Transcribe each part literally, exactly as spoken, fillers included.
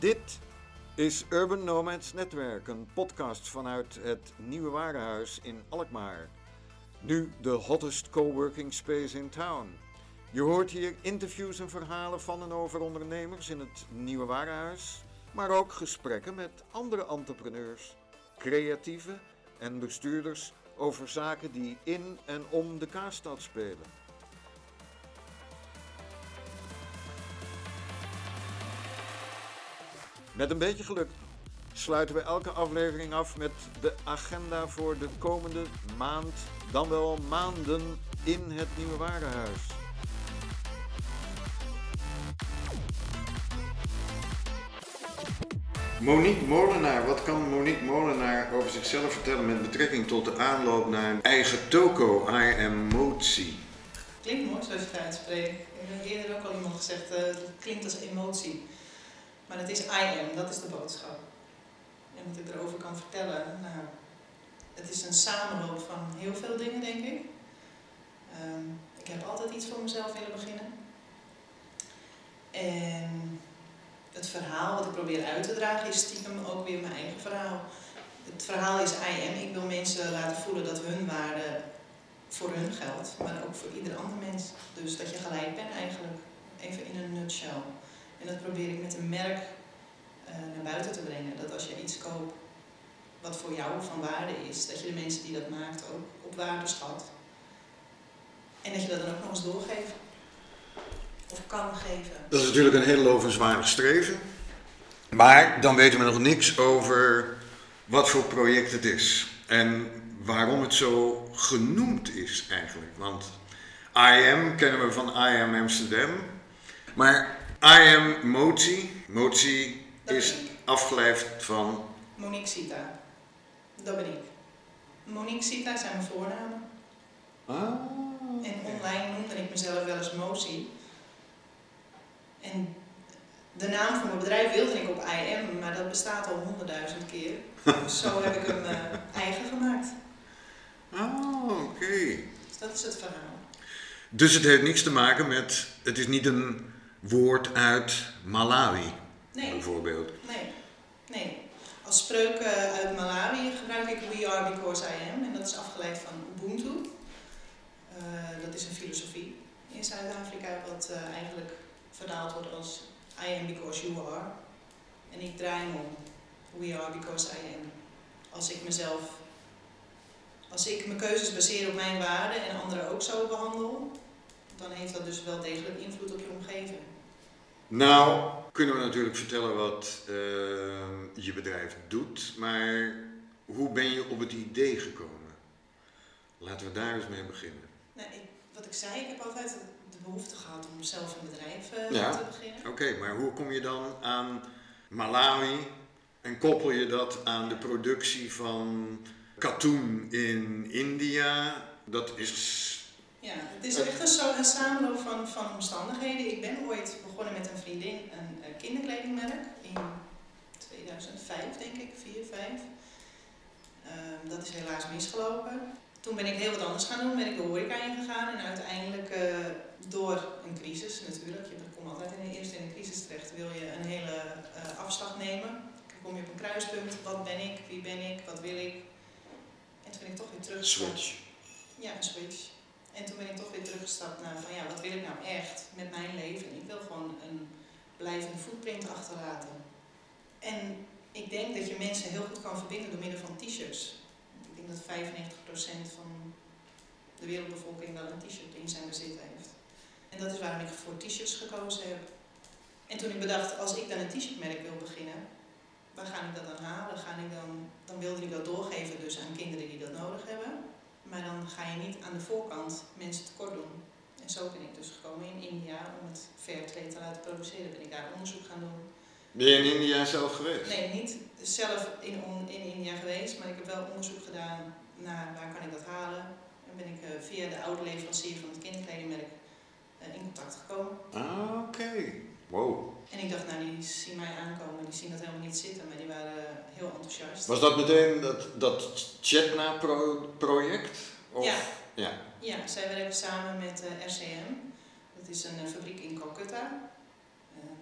Dit is Urban Nomads Netwerk, een podcast vanuit het Nieuwe Warenhuis in Alkmaar. Nu de hottest coworking space in town. Je hoort hier interviews en verhalen van en over ondernemers in het Nieuwe Warenhuis, maar ook gesprekken met andere entrepreneurs, creatieven en bestuurders over zaken die in en om de Kaarstad spelen. Met een beetje geluk sluiten we elke aflevering af met de agenda voor de komende maand, dan wel maanden in het Nieuwe Warenhuis. Monique Molenaar, wat kan Monique Molenaar over zichzelf vertellen met betrekking tot de aanloop naar een eigen toko, I Am Motie? Klinkt mooi zoals je het uitspreekt. Ik heb eerder ook al iemand gezegd, uh, het klinkt als emotie. Maar het is I am, dat is de boodschap. En wat ik erover kan vertellen, nou, het is een samenloop van heel veel dingen, denk ik. Um, ik heb altijd iets voor mezelf willen beginnen. En het verhaal wat ik probeer uit te dragen is stiekem ook weer mijn eigen verhaal. Het verhaal is I am, ik wil mensen laten voelen dat hun waarde voor hun geldt, maar ook voor ieder ander mens. Dus dat je gelijk bent eigenlijk, even in een nutshell. En dat probeer ik met een merk uh, naar buiten te brengen. Dat als je iets koopt wat voor jou van waarde is, dat je de mensen die dat maakt ook op waarde schat. En dat je dat dan ook nog eens doorgeeft. Of kan geven. Dat is natuurlijk een heel lovenswaardig streven. Maar dan weten we nog niks over wat voor project het is. En waarom het zo genoemd is eigenlijk. Want I Am kennen we van I Am Amsterdam. Maar I Am Motie. Motie is afgeleid van Monique Sita. Dat ben ik. Monique Sita zijn mijn voornamen. Ah, en online noemde ik mezelf wel eens Motie. En de naam van mijn bedrijf wilde ik op I Am, maar dat bestaat al honderdduizend keer. Dus zo heb ik hem uh, eigen gemaakt. Oh, oké. Okay. Dus dat is het verhaal. Dus het heeft niks te maken met, het is niet een woord uit Malawi, nee. bijvoorbeeld. Nee, nee. Als spreuk uh, uit Malawi gebruik ik We Are Because I Am. En dat is afgeleid van Ubuntu. Uh, dat is een filosofie in Zuid-Afrika wat uh, eigenlijk vertaald wordt als I am because you are. En ik draai hem om. We are because I am. Als ik mezelf, als ik mijn keuzes baseer op mijn waarden en anderen ook zo behandel, dan heeft dat dus wel degelijk invloed op je omgeving. Nou, kunnen we natuurlijk vertellen wat uh, je bedrijf doet, maar hoe ben je op het idee gekomen? Laten we daar eens mee beginnen. Nou, ik, wat ik zei, ik heb altijd de behoefte gehad om zelf een bedrijf uh, ja, te beginnen. Oké, okay, maar hoe kom je dan aan Malawi en koppel je dat aan de productie van katoen in India? Dat is... Ja, het is echt een, zo, een samenloop van, van omstandigheden. Ik ben ooit begonnen met een vriendin een, een kinderkledingmerk in tweeduizend vijf, denk ik, vier, vijf. Um, dat is helaas misgelopen. Toen ben ik heel wat anders gaan doen, ben ik de horeca ingegaan en uiteindelijk uh, door een crisis natuurlijk, je komt altijd in de, eerst in een crisis terecht, wil je een hele uh, afslag nemen. Dan kom je op een kruispunt, wat ben ik, wie ben ik, wat wil ik. En toen ben ik toch weer teruggestapt. Switch. Ja, een switch. En toen ben ik toch weer teruggestapt naar van ja, wat wil ik nou echt met mijn leven? Ik wil gewoon een blijvende footprint achterlaten. En ik denk dat je mensen heel goed kan verbinden door middel van t-shirts. Ik denk dat vijfennegentig procent van de wereldbevolking wel een t-shirt in zijn bezit heeft. En dat is waarom ik voor t-shirts gekozen heb. En toen ik bedacht, als ik dan een t-shirtmerk wil beginnen, waar ga ik dat dan halen? Ga ik dan, dan wilde ik dat doorgeven dus aan kinderen die dat nodig hebben. Maar dan ga je niet aan de voorkant mensen tekort doen. En zo ben ik dus gekomen in India om het Fairtrade te laten produceren. Ben ik daar onderzoek gaan doen. Ben je in India zelf geweest? Nee, niet zelf in, in India geweest, maar ik heb wel onderzoek gedaan naar waar kan ik dat halen. En ben ik uh, via de oude leverancier van het kinderkledingmerk uh, in contact gekomen. Ah, oké. Okay. Wow. En ik dacht, nou die zien mij aankomen, die zien dat helemaal niet zitten, maar die waren heel enthousiast. Was dat meteen dat, dat Chetna-project? Ja. ja. Ja, zij werken samen met uh, R C M. Dat is een uh, fabriek in Calcutta. Uh,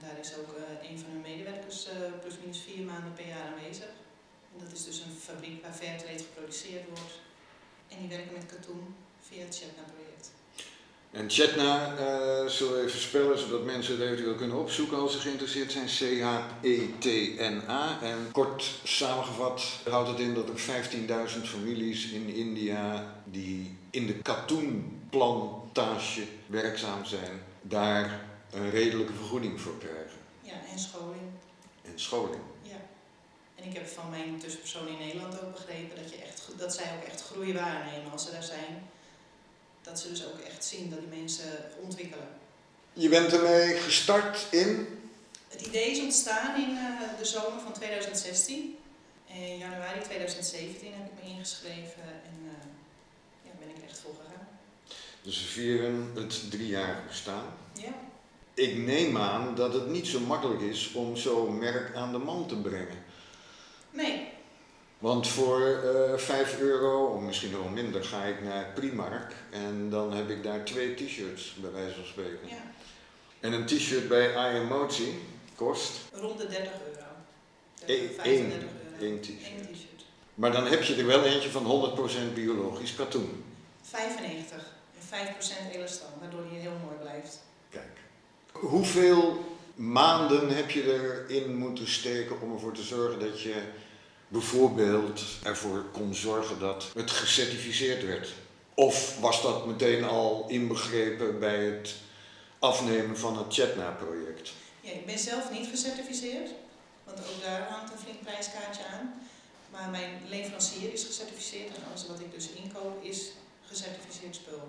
daar is ook uh, een van hun medewerkers uh, plus minus vier maanden per jaar aanwezig. En dat is dus een fabriek waar Fairtrade geproduceerd wordt. En die werken met katoen via het Chetna-project. En Chetna, uh, zullen we even spellen zodat mensen het eventueel kunnen opzoeken als ze geïnteresseerd zijn. C H E T N A. En kort samengevat houdt het in dat er vijftienduizend families in India die in de katoenplantage werkzaam zijn, daar een redelijke vergoeding voor krijgen. Ja, en scholing. En scholing. Ja. En ik heb van mijn tussenpersoon in Nederland ook begrepen dat, je echt, dat zij ook echt groei waarnemen als ze daar zijn. Dat ze dus ook echt zien dat die mensen ontwikkelen. Je bent ermee gestart in? Het idee is ontstaan in uh, de zomer van tweeduizend zestien. In januari tweeduizend zeventien heb ik me ingeschreven en uh, ja, ben ik echt vol gegaan. Dus we vieren het driejarig bestaan. Ja. Ik neem aan dat het niet zo makkelijk is om zo'n merk aan de man te brengen. Nee. Want voor uh, vijf euro, of misschien wel minder, ga ik naar Primark en dan heb ik daar twee t-shirts, bij wijze van spreken. Ja. En een t-shirt bij iEmoji kost? Rond de dertig euro. Eén, vijfendertig euro. Eén t-shirt. Eén t-shirt. Maar dan heb je er wel eentje van honderd procent biologisch katoen. vijfennegentig en vijf procent elastan, waardoor die heel mooi blijft. Kijk. Hoeveel maanden heb je erin moeten steken om ervoor te zorgen dat je bijvoorbeeld ervoor kon zorgen dat het gecertificeerd werd? Of was dat meteen al inbegrepen bij het afnemen van het Chetna-project? Ja, ik ben zelf niet gecertificeerd, want ook daar hangt een flink prijskaartje aan. Maar mijn leverancier is gecertificeerd en alles wat ik dus inkoop is gecertificeerd spul.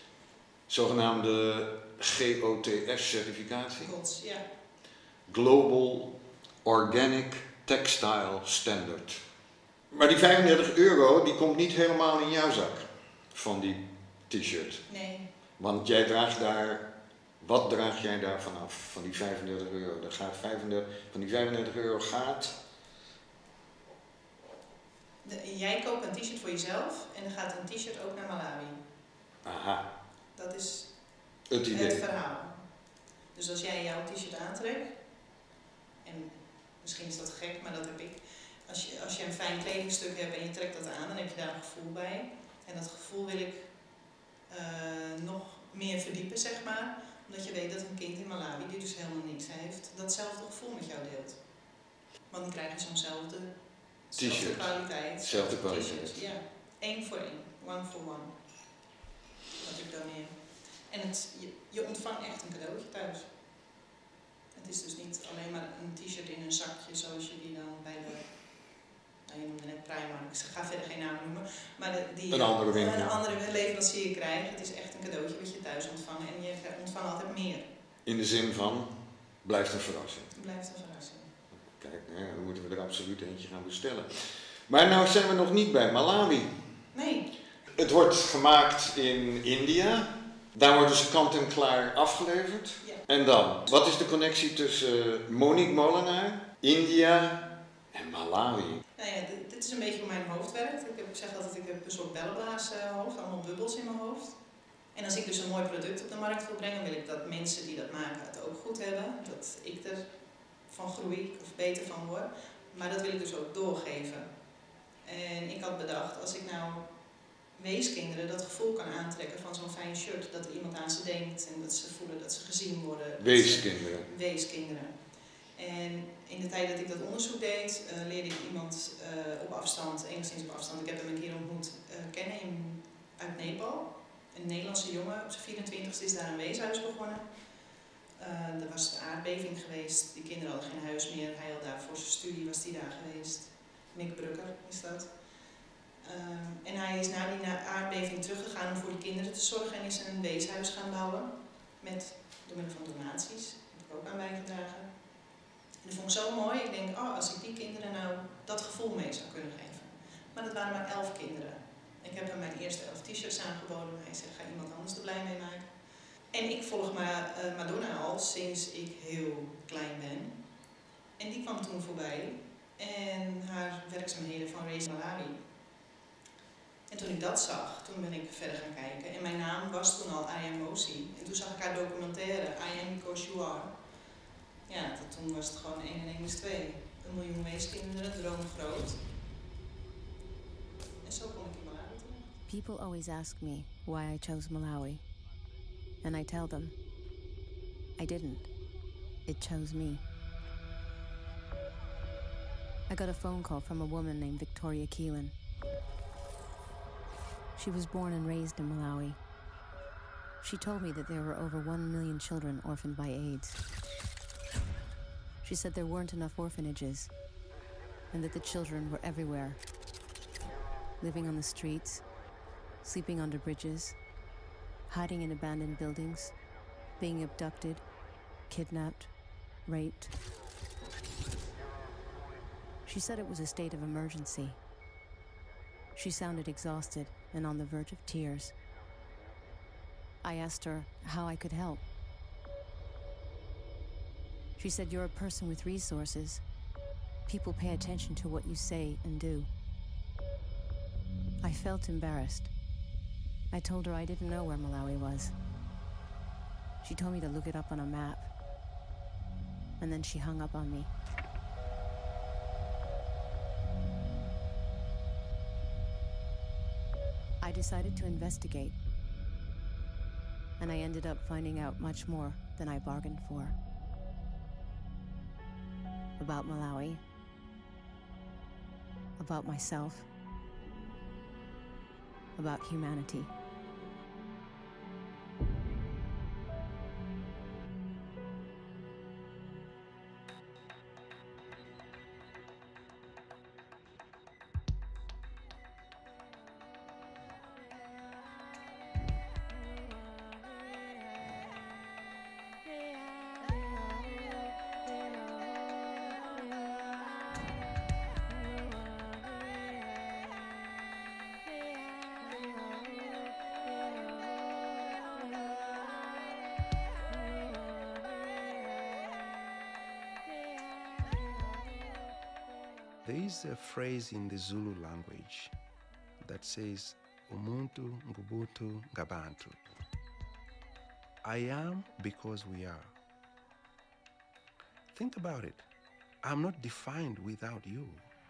Zogenaamde G O T S-certificatie? G O T S, ja. Global Organic Textile Standard. Maar die vijfendertig euro die komt niet helemaal in jouw zak van die t-shirt. Nee. Want jij draagt daar, wat draag jij daar vanaf van die vijfendertig euro? Er gaat vijfendertig, van die vijfendertig euro gaat... De, jij koopt een t-shirt voor jezelf en dan gaat een t-shirt ook naar Malawi. Aha. Dat is het idee. Het verhaal. Dus als jij jouw t-shirt aantrekt, en misschien is dat gek, maar dat heb ik. Als je, als je een fijn kledingstuk hebt en je trekt dat aan, dan heb je daar een gevoel bij. En dat gevoel wil ik uh, nog meer verdiepen, zeg maar. Omdat je weet dat een kind in Malawi, die dus helemaal niets heeft, datzelfde gevoel met jou deelt. Want dan krijg je zo'nzelfde t-shirt. kwaliteit. Zelfde kwaliteit. Ja, één voor één. One for one. Wat ik doneer. En het, je, je ontvangt echt een cadeautje thuis. Het is dus niet alleen maar een t-shirt in een zakje zoals je die dan bij de, nou je noemde net Primark, ik ga verder geen naam noemen, maar de, die een andere winkel. Een andere leverancier krijgt. Het is echt een cadeautje wat je thuis ontvangt en je ontvangt altijd meer. In de zin van, blijft een verrassing. Het blijft een verrassing. Kijk, nou ja, dan moeten we er absoluut eentje gaan bestellen. Maar nou zijn we nog niet bij Malawi. Nee. Het wordt gemaakt in India. Daar worden ze kant-en-klaar afgeleverd. Ja. En dan, wat is de connectie tussen Monique Molenaar, India en Malawi? Nou ja, dit, dit is een beetje hoe mijn hoofd werkt. Ik, heb, ik zeg altijd, ik heb een soort bellenblaas uh, hoofd, allemaal bubbels in mijn hoofd. En als ik dus een mooi product op de markt wil brengen, wil ik dat mensen die dat maken het ook goed hebben. Dat ik er van groei of beter van word. Maar dat wil ik dus ook doorgeven. En ik had bedacht, als ik nou weeskinderen dat gevoel kan aantrekken van zo'n fijn shirt, dat er iemand aan ze denkt en dat ze voelen dat ze gezien worden. Weeskinderen. Weeskinderen. En in de tijd dat ik dat onderzoek deed, uh, leerde ik iemand uh, op afstand, enigszins op afstand, ik heb hem een keer ontmoet, uh, kennen in, uit Nepal. Een Nederlandse jongen, op zijn vierentwintigste is daar een weeshuis begonnen. Uh, er was een aardbeving geweest, die kinderen hadden geen huis meer, hij had daar voor zijn studie, was die daar geweest. Mick Brucker is dat. Uh, en hij is na die aardbeving teruggegaan om voor de kinderen te zorgen en is een weeshuis gaan bouwen. Met, door middel van donaties, daar heb ik ook aan bijgedragen. En dat vond ik zo mooi, ik denk, oh, als ik die kinderen nou dat gevoel mee zou kunnen geven. Maar dat waren maar elf kinderen. Ik heb hem mijn eerste elf t-shirts aangeboden, hij zegt, ga iemand anders er blij mee maken. En ik volg ma, uh, Madonna al sinds ik heel klein ben. En die kwam toen voorbij. En haar werkzaamheden van Race Malawi. En toen ik dat zag, toen ben ik verder gaan kijken. En mijn naam was toen al I Am Mosi. En toen zag ik haar documentaire, I Am Because You Are. ja, dat, toen was het gewoon één en één is twee. Een miljoen weeskinderen, droom groot. En zo kom ik in Malawi terecht. People always ask me why I chose Malawi. And I tell them, I didn't. It chose me. I got a phone call from a woman named Victoria Keelan. She was born and raised in Malawi. She told me that there were over one million children orphaned by AIDS. She said there weren't enough orphanages, and that the children were everywhere, living on the streets, sleeping under bridges, hiding in abandoned buildings, being abducted, kidnapped, raped. She said it was a state of emergency. She sounded exhausted and on the verge of tears. I asked her how I could help. She said, "You're a person with resources. People pay attention to what you say and do." I felt embarrassed. I told her I didn't know where Malawi was. She told me to look it up on a map. And then she hung up on me. I decided to investigate. And I ended up finding out much more than I bargained for. About Malawi. About myself. About humanity. There is a phrase in the Zulu language that says, Umuntu ngubutu ngabantu. I am because we are. Think about it. I'm not defined without you.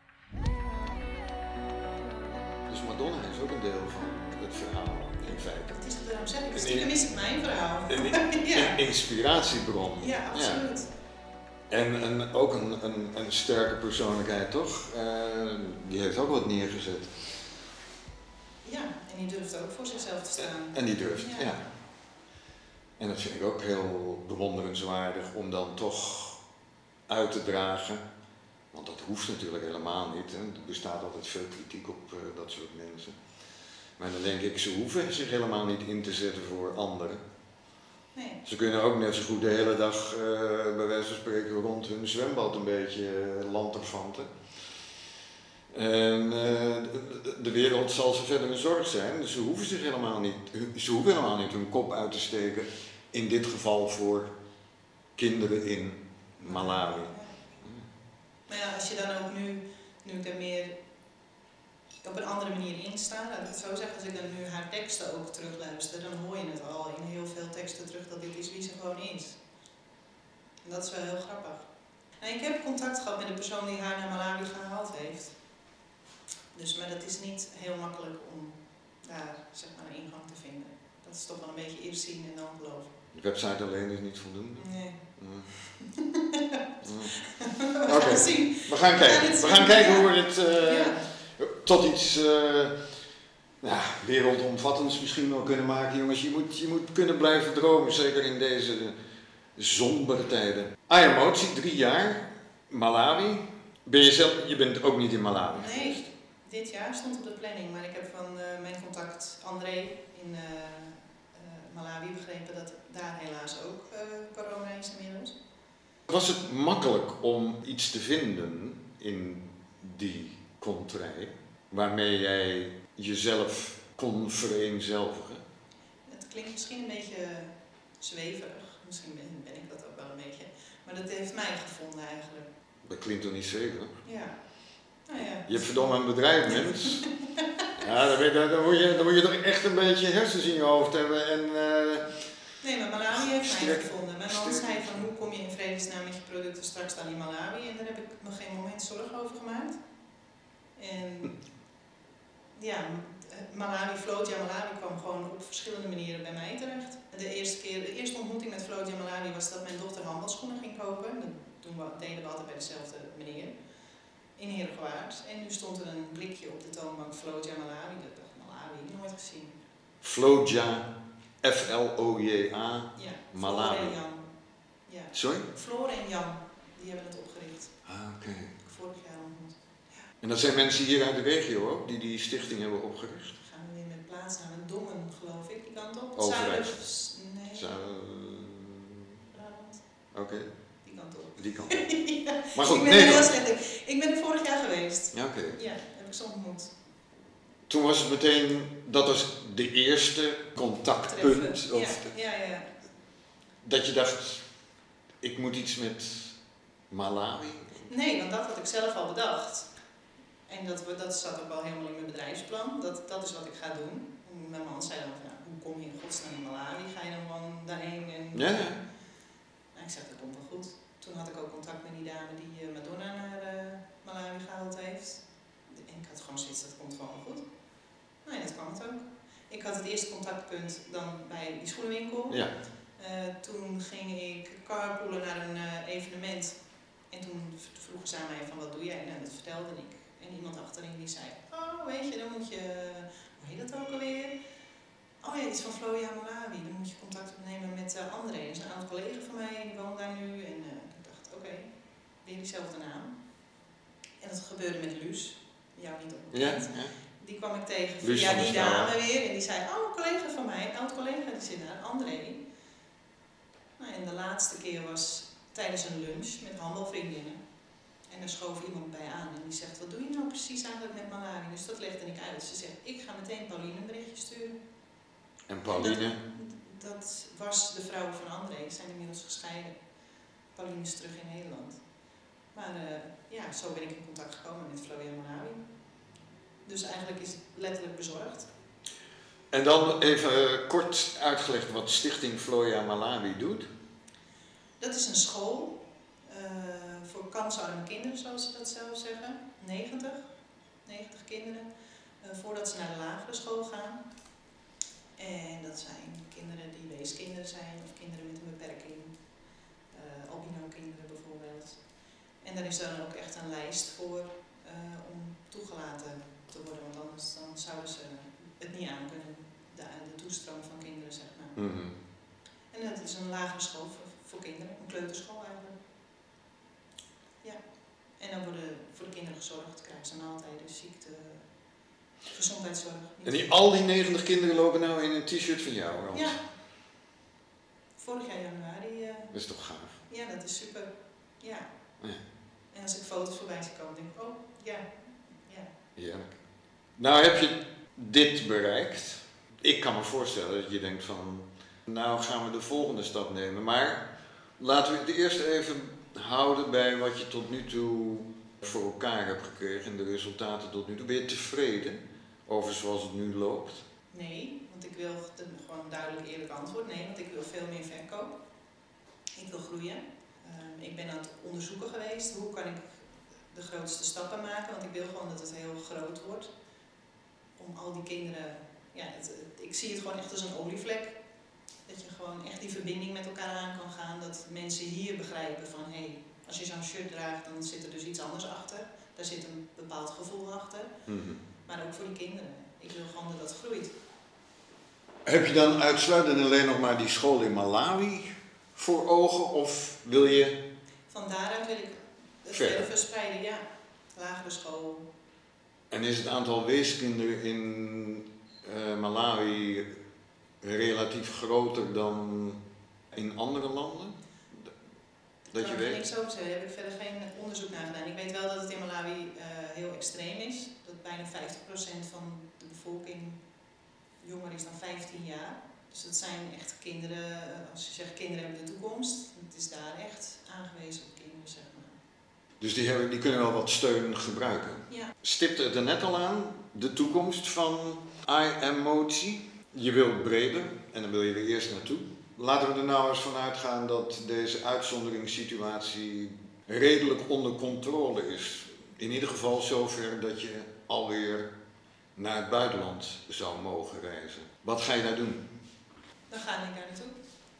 Dus Madonna is ook een deel van het verhaal, in feite. Het is, daarom zeg ik, stiekem is het mijn verhaal. Een ja. inspiratiebron. Ja, absoluut. Ja. En een, ook een, een, een sterke persoonlijkheid, toch? Uh, die heeft ook wat neergezet. Ja, en die durft ook voor zichzelf te staan. En die durft, ja. ja. En dat vind ik ook heel bewonderenswaardig om dan toch uit te dragen. Want dat hoeft natuurlijk helemaal niet. Hè. Er bestaat altijd veel kritiek op uh, dat soort mensen. Maar dan denk ik, ze hoeven zich helemaal niet in te zetten voor anderen. Nee. Ze kunnen ook net zo goed de hele dag, uh, bij wijze van spreken, rond hun zwembad een beetje uh, lanterfanten. En uh, de, de wereld zal ze verder een zorg zijn, dus ze hoeven zich helemaal niet, ze hoeven helemaal niet hun kop uit te steken. In dit geval voor kinderen in Malawi. Ja. Maar ja, als je dan ook nu, nu ik er meer op een andere manier in sta, laat ik het zo zeggen, als ik dan nu haar teksten ook terugluister, dan hoor je het al in heel veel teksten terug dat dit is wie ze gewoon is. En dat is wel heel grappig. Nou, ik heb contact gehad met de persoon die haar naar Malawi gehaald heeft. Dus, maar dat is niet heel makkelijk om daar zeg maar een ingang te vinden. Dat is toch wel een beetje eerst zien en dan geloven. De website alleen is niet voldoende? Nee. Mm. Mm. Oké, okay. we gaan kijken. We gaan kijken hoe we het uh, ja. tot iets uh, ja, wereldomvattends misschien wel kunnen maken. Jongens, je moet, je moet kunnen blijven dromen, zeker in deze sombere tijden. Ayamotie, drie jaar, Malawi. Ben je, zelf, je bent ook niet in Malawi Nee, geweest? Dit jaar stond op de planning, maar ik heb van uh, mijn contact André in uh, uh, Malawi begrepen dat daar helaas ook uh, corona is inmiddels. Was het makkelijk om iets te vinden in die contrij waarmee jij jezelf kon vereenzelvigen? Het klinkt misschien een beetje zweverig, misschien ben, ben ik dat ook wel een beetje, maar dat heeft mij gevonden eigenlijk. Dat klinkt toch niet zweverig? Ja. Nou ja. Je hebt verdomme een bedrijf, mens. Ja, dan, je, dan, moet je, dan moet je toch echt een beetje hersens in je hoofd hebben en... Uh, nee, maar Malawi heeft sterk. mij gevonden. mijn man zei van hoe kom je in vredesnaam met je producten straks aan in Malawi en daar heb ik me geen moment zorgen over gemaakt. En ja, Malawi, Floja Malawi kwam gewoon op verschillende manieren bij mij terecht. De eerste keer, de eerste ontmoeting met Floja Malawi was dat mijn dochter handbalschoenen ging kopen. Toen deden we altijd bij dezelfde meneer in Heergewaard. En nu stond er een blikje op de toonbank Floja Malawi. Ik dacht, Malawi, nooit gezien. Floja, F L O J A, ja, Malawi. Floor en Jan. Ja. Sorry? Floor en Jan, die hebben het opgericht. Ah, oké. Okay. Ik heb vorig jaar ontmoet. Ja. En dat zijn mensen hier uit de regio ook, die die stichting hebben opgericht? Dan gaan we weer met plaatsnamen. Dongen, geloof ik, die kant op. Overheid? Nee. Brabant. Oké. Okay. Die kant op. Die kant op. ja. Maar goed, ik ben Nederland. heel slecht. Ik ben er vorig jaar geweest. Ja, oké. Okay. Ja, heb ik ze ontmoet. Toen was het meteen, dat was de eerste contactpunt. Of ja, ja, ja. Dat je dacht, ik moet iets met Malawi? Nee, want dat had ik zelf al bedacht. En dat, dat zat ook al helemaal in mijn bedrijfsplan. Dat, dat is wat ik ga doen. En mijn man zei dan van, ja, hoe kom je in godsnaam in Malawi? Ga je dan gewoon daarheen? En... Ja, ja. Nou, ik zeg, dat komt wel goed. Toen had ik ook contact met die dame die uh, Madonna naar uh, Malawi gehaald heeft. En ik had gewoon zoiets, dat komt gewoon wel goed. Nee, dat kwam het ook. Ik had het eerste contactpunt dan bij die schoenenwinkel. Ja. Uh, toen ging ik carpoolen naar een uh, evenement. En toen vroegen ze aan mij van, wat doe jij? Nou, dat vertelde ik. En iemand achterin die zei, oh weet je, dan moet je, hoe heet dat ook alweer? Oh ja, iets van Floja Malawi. Dan moet je contact opnemen met uh, André. Dat is een oud collega van mij, die woont daar nu. En uh, ik dacht, oké, okay, weer diezelfde naam. En dat gebeurde met Luus, jou niet onbekend. Ja, ja. Die kwam ik tegen Luus via die dame Stouwer. weer. En die zei, oh, een collega van mij, een oud collega, die zit daar, André. Nou, en de laatste keer was tijdens een lunch met handbalvriendinnen. En daar schoof iemand bij aan en die zegt, wat doe je nou precies eigenlijk met Malawi? Dus dat legde ik uit. Ze zegt, ik ga meteen Pauline een berichtje sturen. En Pauline? En dat, dat was de vrouw van André, ze zijn inmiddels gescheiden. Pauline is terug in Nederland. Maar uh, ja, zo ben ik in contact gekomen met Floja Malawi. Dus eigenlijk is het letterlijk bezorgd. En dan even kort uitgelegd wat Stichting Floja Malawi doet. Dat is een school uh, voor kansarme kinderen, zoals ze dat zelf zeggen. negentig, negentig kinderen, uh, voordat ze naar de lagere school gaan. En dat zijn kinderen die weeskinderen zijn, of kinderen met een beperking. Uh, albino-kinderen bijvoorbeeld. En daar is dan ook echt een lijst voor uh, om toegelaten te worden, want anders dan zouden ze het niet aan kunnen, de, de toestroom van kinderen, zeg maar. Mm-hmm. En dat is een lagere school voor, voor kinderen, een kleuterschool eigenlijk. Ja. En dan worden voor de kinderen gezorgd, krijgen ze maaltijden, ziekte, gezondheidszorg. En die, al die negentig kinderen lopen nou in een t-shirt van jou, Hans? Ja. Vorig jaar januari. Uh, dat is toch gaaf? Ja, dat is super. Ja. ja. En als ik foto's voorbij zie komen, denk ik, oh, ja, ja. Heerlijk. Nou heb je dit bereikt. Ik kan me voorstellen dat je denkt van, nou gaan we de volgende stap nemen. Maar laten we het eerst even houden bij wat je tot nu toe voor elkaar hebt gekregen en de resultaten tot nu toe. Ben je tevreden over zoals het nu loopt? Nee, want ik wil gewoon een duidelijk eerlijk antwoord. Nee, want ik wil veel meer verkoop. Ik wil groeien. Uh, ik ben aan het onderzoeken geweest. Hoe kan ik de grootste stappen maken? Want ik wil gewoon dat het heel groot wordt. Om al die kinderen... Ja, het, het, ik zie het gewoon echt als een olievlek. Dat je gewoon echt die verbinding met elkaar aan kan gaan. Dat mensen hier begrijpen van... Hé, hey, als je zo'n shirt draagt, dan zit er dus iets anders achter. Daar zit een bepaald gevoel achter. Mm-hmm. Maar ook voor die kinderen. Ik wil gewoon dat dat groeit. Heb je dan uitsluitend alleen nog maar die school in Malawi voor ogen? Of wil je... Van daaruit wil ik het verder verder verspreiden, ja. Lagere school. En is het aantal weeskinderen in uh, Malawi relatief groter dan in andere landen? Dat je weet? Daar kan ik niks over zeggen. Daar heb ik verder geen onderzoek naar gedaan. Ik weet wel dat het in Malawi uh, heel extreem is. Dat bijna vijftig procent van de bevolking jonger is dan vijftien jaar. Dus dat zijn echt kinderen, als je zegt kinderen hebben de toekomst, het is daar echt aangewezen op kinderen, zeg maar. Dus die, hebben, die kunnen wel wat steun gebruiken? Ja. Stipte het er net al aan, de toekomst van iEmotie. Je wilt breder en dan wil je er eerst naartoe. Laten we er nou eens van uitgaan dat deze uitzonderingssituatie redelijk onder controle is. In ieder geval zover dat je alweer naar het buitenland zou mogen reizen. Wat ga je daar doen? Dan ga ik daar naartoe.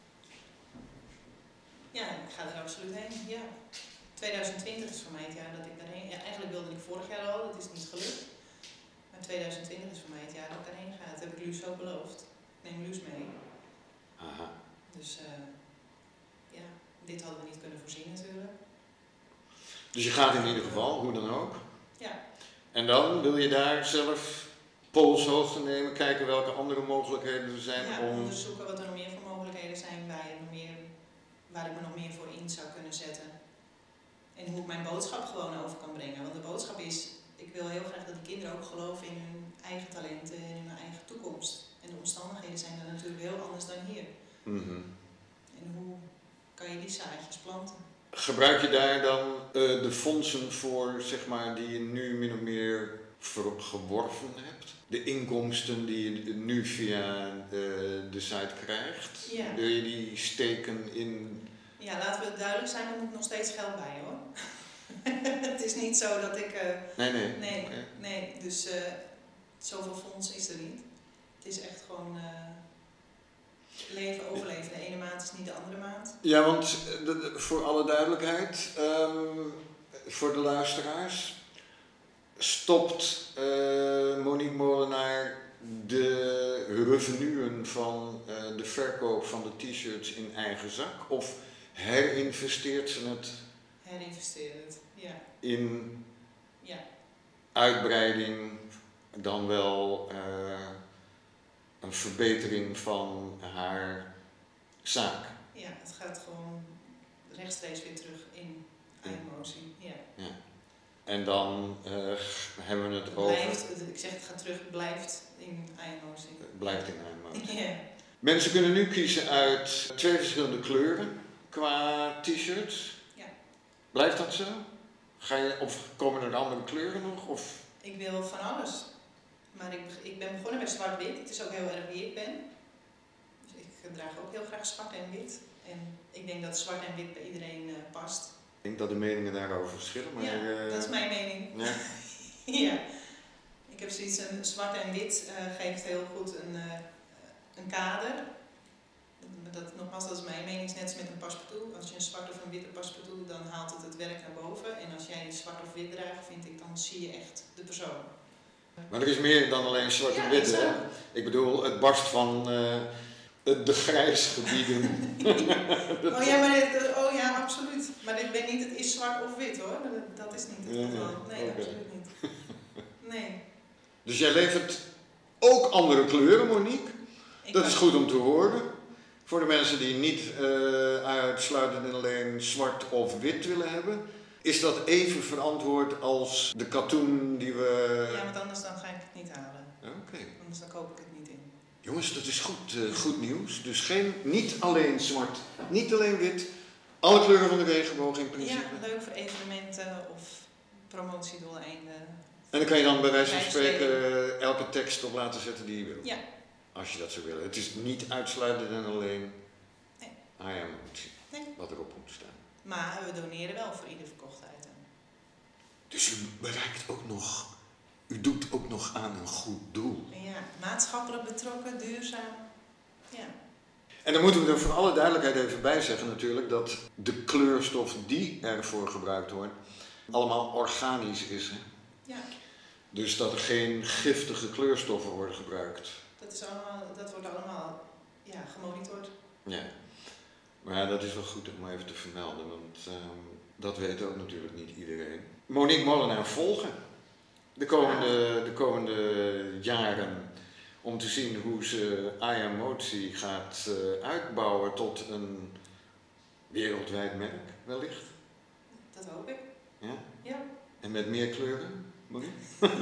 Ja, ik ga er absoluut heen, ja. twintig twintig is voor mij het jaar dat ik daarheen... Ja, eigenlijk wilde ik vorig jaar al, dat is niet gelukt. Maar twintig twintig is voor mij het jaar dat ik daarheen ga. Dat heb ik Luus ook beloofd. Ik neem Luus mee. Aha. Dus uh, ja, dit hadden we niet kunnen voorzien natuurlijk. Dus je gaat in ieder geval, hoe dan ook. Ja. En dan wil je daar zelf polshoogte nemen, kijken welke andere mogelijkheden er zijn ja, om... onderzoeken wat er nog meer voor mogelijkheden zijn, waar, je nog meer, waar ik me nog meer voor in zou kunnen zetten. En hoe ik mijn boodschap gewoon over kan brengen. Want de boodschap is, ik wil heel graag dat de kinderen ook geloven in hun eigen talenten en in hun eigen toekomst. En de omstandigheden zijn dan natuurlijk heel anders dan hier. Mm-hmm. En hoe kan je die zaadjes planten? Gebruik je daar dan uh, de fondsen voor, zeg maar, die je nu min of meer geworven hebt? De inkomsten die je nu via de, de site krijgt? Ja. Wil je die steken in... Ja, laten we duidelijk zijn, er moet nog steeds geld bij hoor. Het is niet zo dat ik... Uh, nee, nee. Nee, okay. nee dus uh, zoveel fonds is er niet. Het is echt gewoon... Uh, leven, overleven. De ene maand is niet de andere maand. Ja, want de, de, voor alle duidelijkheid, um, voor de luisteraars, stopt uh, Monique Molenaar de revenuen van uh, de verkoop van de t-shirts in eigen zak? Of herinvesteert ze het? Herinvesteert het, ja. In ja. uitbreiding, dan wel... Uh, een verbetering van haar zaak. Ja, het gaat gewoon rechtstreeks weer terug in iMotion. Ja. Ja. En dan uh, hebben we het, het over... Blijft, ik zeg het gaat terug, het blijft in iMotion. Het blijft in iMotion. Ja. Mensen kunnen nu kiezen uit twee verschillende kleuren qua t-shirts. Ja. Blijft dat zo? Ga je, of komen er andere kleuren nog? Of? Ik wil van alles. Maar ik, ik ben begonnen met zwart-wit. Het is ook heel erg wie ik ben. Dus ik draag ook heel graag zwart en wit. En ik denk dat zwart en wit bij iedereen uh, past. Ik denk dat de meningen daarover verschillen. Maar, ja, uh, dat is mijn mening. Ja. Ja. Ik heb zoiets, een zwart en wit uh, geeft heel goed een, uh, een kader. Dat, nogmaals, dat is mijn mening, is net als met een paspartout. Als je een zwart of een witte paspartout, dan haalt het het werk naar boven. En als jij zwart of wit draagt, vind ik, dan zie je echt de persoon. Maar er is meer dan alleen zwart en ja, wit, hè? Ik bedoel, het barst van uh, de grijsgebieden. oh, ja, maar dit, oh ja, absoluut. Maar ik ben niet, het is zwart of wit hoor. Dat, dat is niet het geval. Nee, okay. Absoluut niet. Nee. Dus jij levert ook andere kleuren, Monique. Ik dat is goed om te horen. Voor de mensen die niet uh, uitsluitend en alleen zwart of wit willen hebben. Is dat even verantwoord als de katoen die we... Ja, want anders dan ga ik het niet halen. Oké. Okay. Anders dan koop ik het niet in. Jongens, dat is goed, uh, goed nieuws. Dus geen, niet alleen zwart, niet alleen wit. Alle kleuren van de regenboog in principe. Ja, leuk voor evenementen of promotiedoeleinden. En dan kan je dan bij wijze van spreken uh, elke tekst op laten zetten die je wil. Ja. Als je dat zou willen. Het is niet uitsluitend en alleen nee. iMotion nee. wat erop moet staan. Maar we doneren wel voor ieder verkochte item. Dus u bereikt ook nog, u doet ook nog aan een goed doel. Ja, maatschappelijk betrokken, duurzaam. Ja. En dan moeten we er voor alle duidelijkheid even bij zeggen natuurlijk dat de kleurstof die ervoor gebruikt wordt allemaal organisch is. Hè? Ja. Dus dat er geen giftige kleurstoffen worden gebruikt. Dat, is allemaal, dat wordt allemaal ja, gemonitord. Ja. Maar ja, dat is wel goed om even te vermelden, want uh, dat weet ook natuurlijk niet iedereen. Monique Molenaar volgen de komende, de komende jaren om te zien hoe ze iMotion gaat uh, uitbouwen tot een wereldwijd merk, wellicht. Dat hoop ik. Ja? Ja. En met meer kleuren, Monique?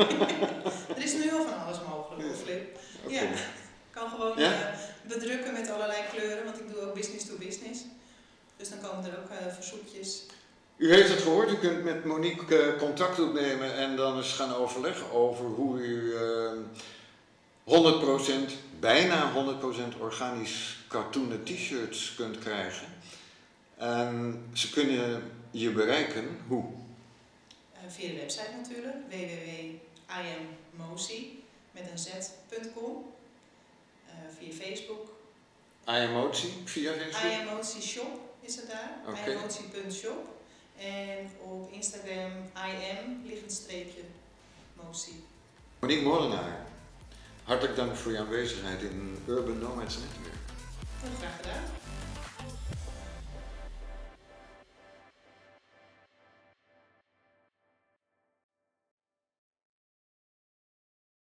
Er is nu al van alles mogelijk, ja. Flip. Okay. Ja. Ik kan gewoon ja? uh, bedrukken met allerlei kleuren, want ik doe ook business to business. Dus dan komen er ook uh, verzoekjes. U heeft het gehoord, u kunt met Monique uh, contact opnemen en dan eens gaan overleggen over hoe u uh, honderd procent bijna honderd procent organisch katoenen t-shirts kunt krijgen. En ze kunnen je bereiken, hoe? Uh, via de website natuurlijk, w w w punt i am motie met een z punt com. Uh, via Facebook. iAmotie via Facebook? iAmotie shop is het daar, Okay. iAmotie punt shop. En op Instagram im, liggend streepje, motie. Monique Molenaar, hartelijk dank voor je aanwezigheid in Urban Nomads Netwerk. Heel graag gedaan.